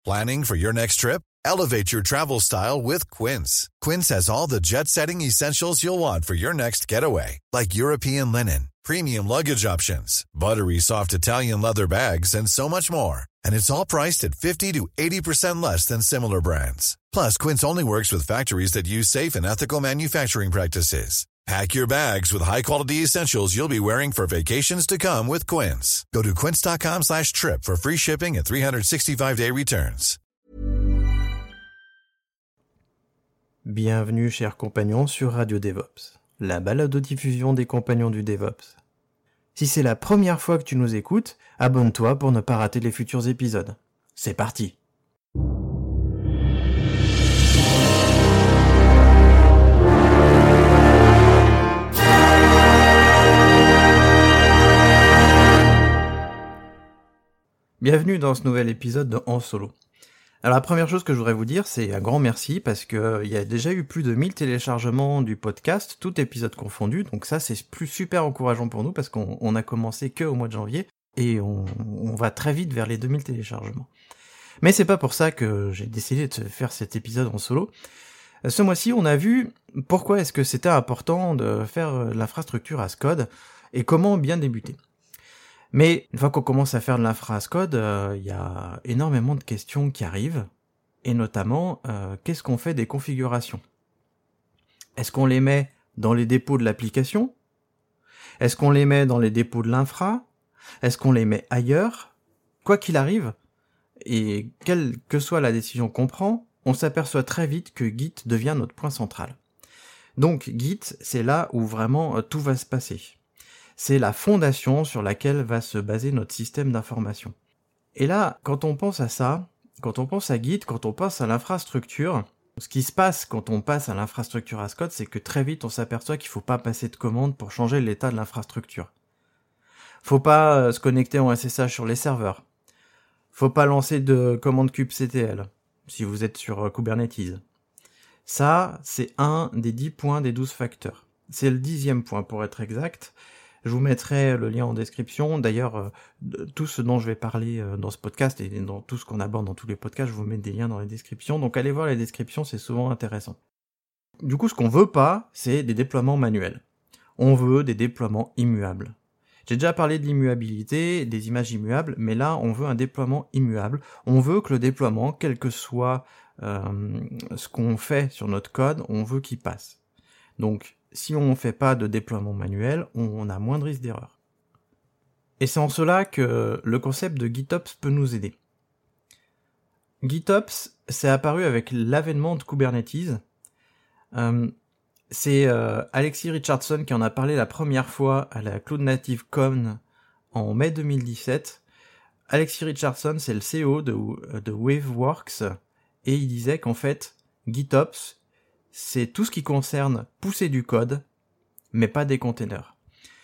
Planning for your next trip? Elevate your travel style with Quince. Quince has all the jet-setting essentials you'll want for your next getaway, like European linen, premium luggage options, buttery soft Italian leather bags, and so much more. And it's all priced at 50 to 80% less than similar brands. Plus, Quince only works with factories that use safe and ethical manufacturing practices. Pack your bags with high-quality essentials you'll be wearing for vacations to come with Quince. Go to quince.com/trip for free shipping and 365-day returns. Bienvenue, chers compagnons, sur Radio DevOps, la balado-diffusion des compagnons du DevOps. Si c'est la première fois que tu nous écoutes, abonne-toi pour ne pas rater les futurs épisodes. C'est parti! Bienvenue dans ce nouvel épisode de En Solo. Alors la première chose que je voudrais vous dire, c'est un grand merci parce que il y a déjà eu plus de 1000 téléchargements du podcast, tout épisode confondu, donc ça c'est super encourageant pour nous parce qu'on a commencé que au mois de janvier et on va très vite vers les 2000 téléchargements. Mais c'est pas pour ça que j'ai décidé de faire cet épisode en solo. Ce mois-ci, on a vu pourquoi est-ce que c'était important de faire l'infrastructure as code et comment bien débuter. Mais une fois qu'on commence à faire de l'infra as code, il y a énormément de questions qui arrivent, et notamment, qu'est-ce qu'on fait des configurations ? Est-ce qu'on les met dans les dépôts de l'application ? Est-ce qu'on les met dans les dépôts de l'infra ? Est-ce qu'on les met ailleurs ? Quoi qu'il arrive, et quelle que soit la décision qu'on prend, on s'aperçoit très vite que Git devient notre point central. Donc Git, c'est là où vraiment tout va se passer. C'est la fondation sur laquelle va se baser notre système d'information. Et là, quand on pense à ça, quand on pense à Git, quand on pense à l'infrastructure, ce qui se passe quand on passe à l'infrastructure as code, c'est que très vite on s'aperçoit qu'il faut pas passer de commande pour changer l'état de l'infrastructure. Faut pas se connecter en SSH sur les serveurs. Faut pas lancer de commande kubectl, si vous êtes sur Kubernetes. Ça, c'est un des 10 points des 12 facteurs. C'est le 10e point pour être exact. Je vous mettrai le lien en description. D'ailleurs, tout ce dont je vais parler dans ce podcast et dans tout ce qu'on aborde dans tous les podcasts, je vous mets des liens dans les descriptions. Donc allez voir les descriptions, c'est souvent intéressant. Du coup, ce qu'on veut pas, c'est des déploiements manuels. On veut des déploiements immuables. J'ai déjà parlé de l'immuabilité, des images immuables, mais là, on veut un déploiement immuable. On veut que le déploiement, quel que soit ce qu'on fait sur notre code, on veut qu'il passe. Donc, si on ne fait pas de déploiement manuel, on a moins de risques d'erreur. Et c'est en cela que le concept de GitOps peut nous aider. GitOps, c'est apparu avec l'avènement de Kubernetes. C'est Alexis Richardson qui en a parlé la première fois à la Cloud Native Con en mai 2017. Alexis Richardson, c'est le CEO de Waveworks, et il disait qu'en fait, GitOps, c'est tout ce qui concerne pousser du code, mais pas des containers.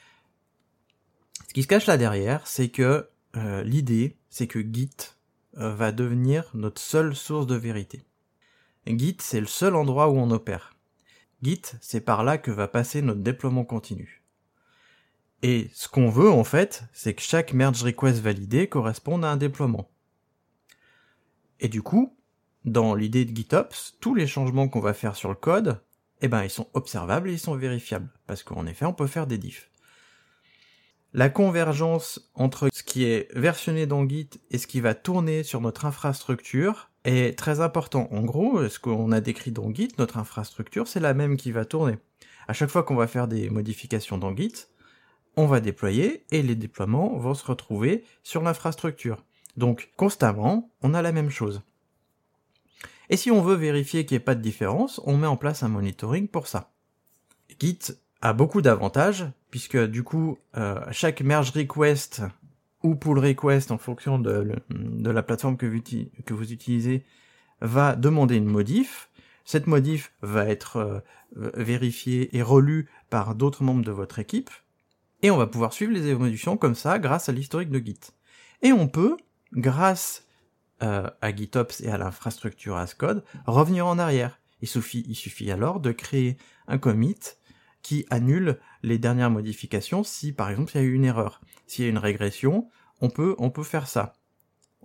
Ce qui se cache là derrière, c'est que l'idée, c'est que Git va devenir notre seule source de vérité. Git, c'est le seul endroit où on opère. Git, c'est par là que va passer notre déploiement continu. Et ce qu'on veut, en fait, c'est que chaque merge request validé corresponde à un déploiement. Et du coup, dans l'idée de GitOps, tous les changements qu'on va faire sur le code, ils sont observables et ils sont vérifiables, parce qu'en effet, on peut faire des diffs. La convergence entre ce qui est versionné dans Git et ce qui va tourner sur notre infrastructure est très important. En gros, ce qu'on a décrit dans Git, notre infrastructure, c'est la même qui va tourner. À chaque fois qu'on va faire des modifications dans Git, on va déployer et les déploiements vont se retrouver sur l'infrastructure. Donc, constamment, on a la même chose. Et si on veut vérifier qu'il n'y ait pas de différence, on met en place un monitoring pour ça. Git a beaucoup d'avantages, puisque du coup, chaque merge request ou pull request, en fonction de la plateforme que vous utilisez, va demander une modif. Cette modif va être vérifiée et relue par d'autres membres de votre équipe, et on va pouvoir suivre les évolutions comme ça, grâce à l'historique de Git. Et on peut, grâce à GitOps et à l'infrastructure as code, revenir en arrière. Il suffit alors de créer un commit qui annule les dernières modifications si, par exemple, il y a eu une erreur. S'il y a une régression, on peut faire ça.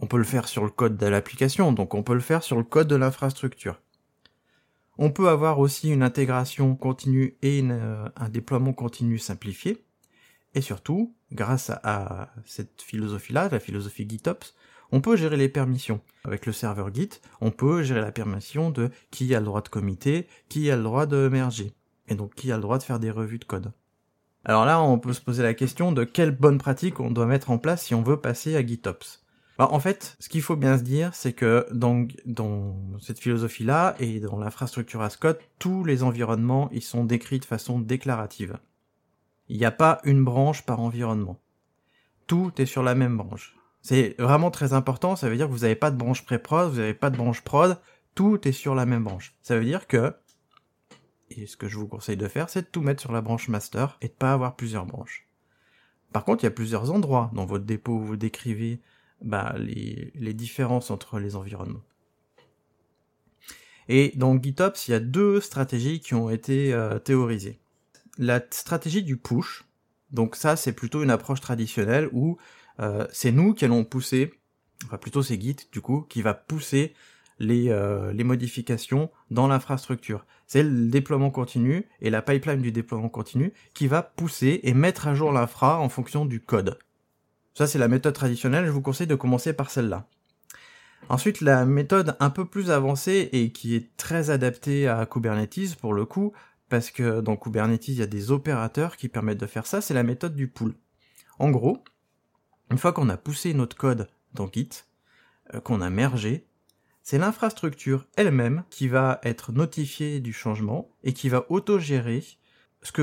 On peut le faire sur le code de l'application, donc on peut le faire sur le code de l'infrastructure. On peut avoir aussi une intégration continue et un déploiement continu simplifié. Et surtout, grâce à cette philosophie-là, la philosophie GitOps, on peut gérer les permissions. Avec le serveur Git, on peut gérer la permission de qui a le droit de committer, qui a le droit de merger, et donc qui a le droit de faire des revues de code. Alors là, on peut se poser la question de quelle bonne pratique on doit mettre en place si on veut passer à GitOps. Alors, en fait, ce qu'il faut bien se dire, c'est que dans cette philosophie-là et dans l'infrastructure as code, tous les environnements, ils sont décrits de façon déclarative. Il n'y a pas une branche par environnement. Tout est sur la même branche. C'est vraiment très important, ça veut dire que vous n'avez pas de branche pré-prod, vous n'avez pas de branche prod, tout est sur la même branche. Ça veut dire que, et ce que je vous conseille de faire, c'est de tout mettre sur la branche master et de pas avoir plusieurs branches. Par contre, il y a plusieurs endroits dans votre dépôt où vous décrivez les différences entre les environnements. Et dans GitOps, il y a 2 stratégies qui ont été théorisées. La stratégie du push, donc ça c'est plutôt une approche traditionnelle où c'est nous qui allons pousser, enfin plutôt c'est Git du coup, qui va pousser les modifications dans l'infrastructure. C'est le déploiement continu et la pipeline du déploiement continu qui va pousser et mettre à jour l'infra en fonction du code. Ça, c'est la méthode traditionnelle, je vous conseille de commencer par celle-là. Ensuite, la méthode un peu plus avancée et qui est très adaptée à Kubernetes, pour le coup, parce que dans Kubernetes, il y a des opérateurs qui permettent de faire ça, c'est la méthode du pull. En gros, une fois qu'on a poussé notre code dans Git, qu'on a mergé, c'est l'infrastructure elle-même qui va être notifiée du changement et qui va autogérer ce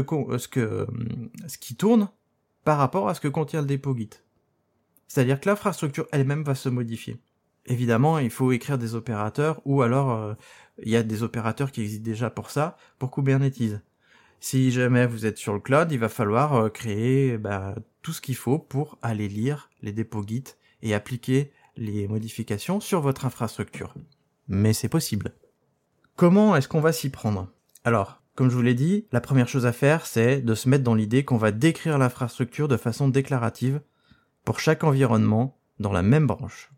qui tourne par rapport à ce que contient le dépôt Git. C'est-à-dire que l'infrastructure elle-même va se modifier. Évidemment, il faut écrire des opérateurs, ou alors il y a des opérateurs qui existent déjà pour ça, pour Kubernetes. Si jamais vous êtes sur le cloud, il va falloir créer tout ce qu'il faut pour aller lire les dépôts Git et appliquer les modifications sur votre infrastructure. Mais c'est possible. Comment est-ce qu'on va s'y prendre ? Alors, comme je vous l'ai dit, la première chose à faire, c'est de se mettre dans l'idée qu'on va décrire l'infrastructure de façon déclarative pour chaque environnement dans la même branche.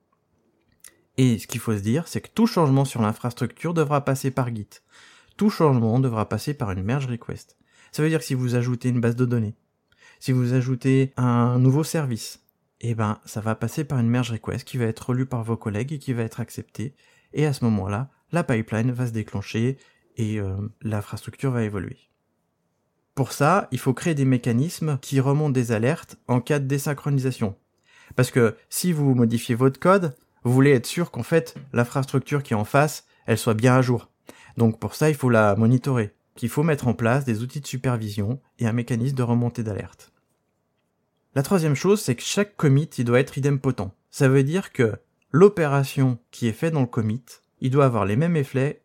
Et ce qu'il faut se dire, c'est que tout changement sur l'infrastructure devra passer par Git. Tout changement devra passer par une merge request. Ça veut dire que si vous ajoutez une base de données, si vous ajoutez un nouveau service, ça va passer par une merge request qui va être relue par vos collègues et qui va être acceptée. Et à ce moment-là, la pipeline va se déclencher et l'infrastructure va évoluer. Pour ça, il faut créer des mécanismes qui remontent des alertes en cas de désynchronisation. Parce que si vous modifiez votre code, vous voulez être sûr qu'en fait, l'infrastructure qui est en face, elle soit bien à jour. Donc pour ça, il faut la monitorer. Qu'il faut mettre en place des outils de supervision et un mécanisme de remontée d'alerte. La troisième chose, c'est que chaque commit, il doit être idempotent. Ça veut dire que l'opération qui est faite dans le commit, il doit avoir les mêmes effets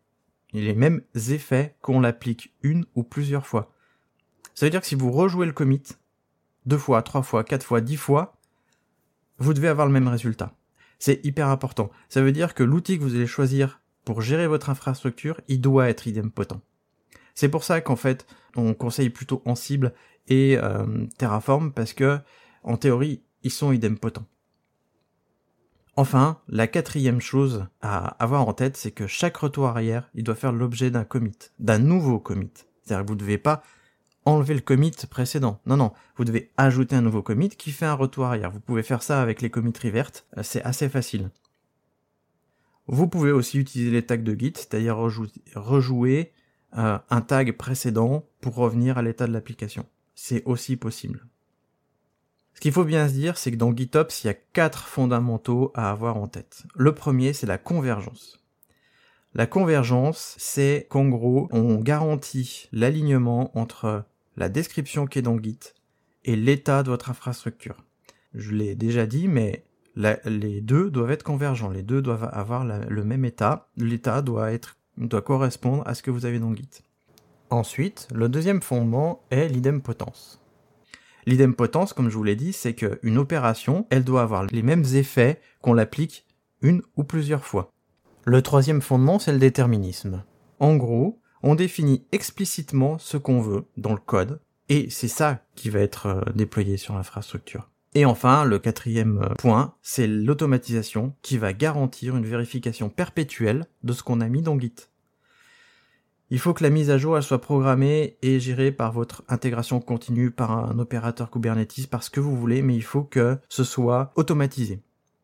qu'on l'applique une ou plusieurs fois. Ça veut dire que si vous rejouez le commit 2 fois, 3 fois, 4 fois, 10 fois, vous devez avoir le même résultat. C'est hyper important. Ça veut dire que l'outil que vous allez choisir pour gérer votre infrastructure, il doit être idempotent. C'est pour ça qu'en fait, on conseille plutôt Ansible et Terraform parce que, en théorie, ils sont idempotents. Enfin, la 4e chose à avoir en tête, c'est que chaque retour arrière, il doit faire l'objet d'un commit, d'un nouveau commit. C'est-à-dire que vous ne devez pas enlever le commit précédent. Non, vous devez ajouter un nouveau commit qui fait un retour arrière. Vous pouvez faire ça avec les commits revert, c'est assez facile. Vous pouvez aussi utiliser les tags de Git, c'est-à-dire rejouer un tag précédent pour revenir à l'état de l'application. C'est aussi possible. Ce qu'il faut bien se dire, c'est que dans GitOps, il y a 4 fondamentaux à avoir en tête. Le premier, c'est la convergence. La convergence, c'est qu'en gros, on garantit l'alignement entre la description qui est dans Git et l'état de votre infrastructure. Je l'ai déjà dit, mais les deux doivent être convergents. Les deux doivent avoir le même état. L'état doit correspondre à ce que vous avez dans Git. Ensuite, le deuxième fondement est l'idempotence. L'idempotence, comme je vous l'ai dit, c'est qu'une opération, elle doit avoir les mêmes effets qu'on l'applique une ou plusieurs fois. Le troisième fondement, c'est le déterminisme. En gros, on définit explicitement ce qu'on veut dans le code, et c'est ça qui va être déployé sur l'infrastructure. Et enfin, le quatrième point, c'est l'automatisation qui va garantir une vérification perpétuelle de ce qu'on a mis dans Git. Il faut que la mise à jour elle soit programmée et gérée par votre intégration continue, par un opérateur Kubernetes, par ce que vous voulez, mais il faut que ce soit automatisé.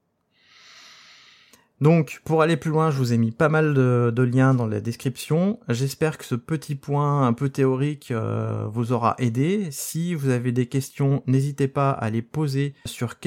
Donc, pour aller plus loin, je vous ai mis pas mal de liens dans la description. J'espère que ce petit point un peu théorique vous aura aidé. Si vous avez des questions, n'hésitez pas à les poser sur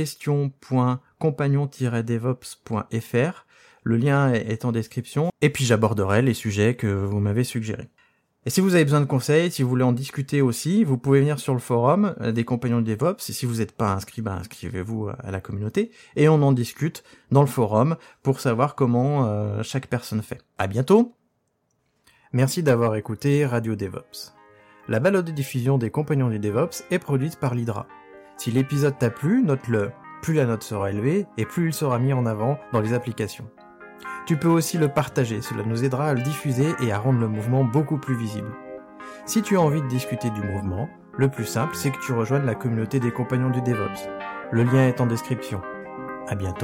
question.compagnon-devops.fr. Le lien est en description. Et puis j'aborderai les sujets que vous m'avez suggérés. Et si vous avez besoin de conseils, si vous voulez en discuter aussi, vous pouvez venir sur le forum des compagnons de DevOps. Et si vous n'êtes pas inscrit, inscrivez-vous à la communauté. Et on en discute dans le forum pour savoir comment chaque personne fait. À bientôt. Merci d'avoir écouté Radio DevOps. La balado-diffusion des compagnons du DevOps est produite par l'Hydra. Si l'épisode t'a plu, note-le. Plus la note sera élevée et plus il sera mis en avant dans les applications. Tu peux aussi le partager, cela nous aidera à le diffuser et à rendre le mouvement beaucoup plus visible. Si tu as envie de discuter du mouvement, le plus simple c'est que tu rejoignes la communauté des compagnons du DevOps. Le lien est en description. À bientôt.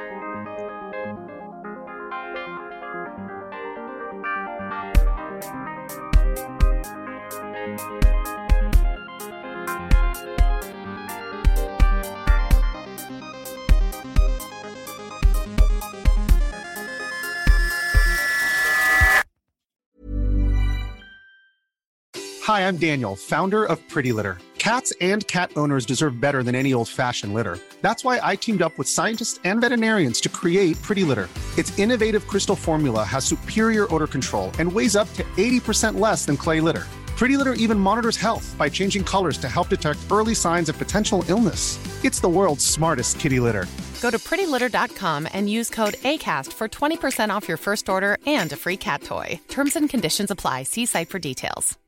Hi, I'm Daniel, founder of Pretty Litter. Cats and cat owners deserve better than any old-fashioned litter. That's why I teamed up with scientists and veterinarians to create Pretty Litter. Its innovative crystal formula has superior odor control and weighs up to 80% less than clay litter. Pretty Litter even monitors health by changing colors to help detect early signs of potential illness. It's the world's smartest kitty litter. Go to prettylitter.com and use code ACAST for 20% off your first order and a free cat toy. Terms and conditions apply. See site for details.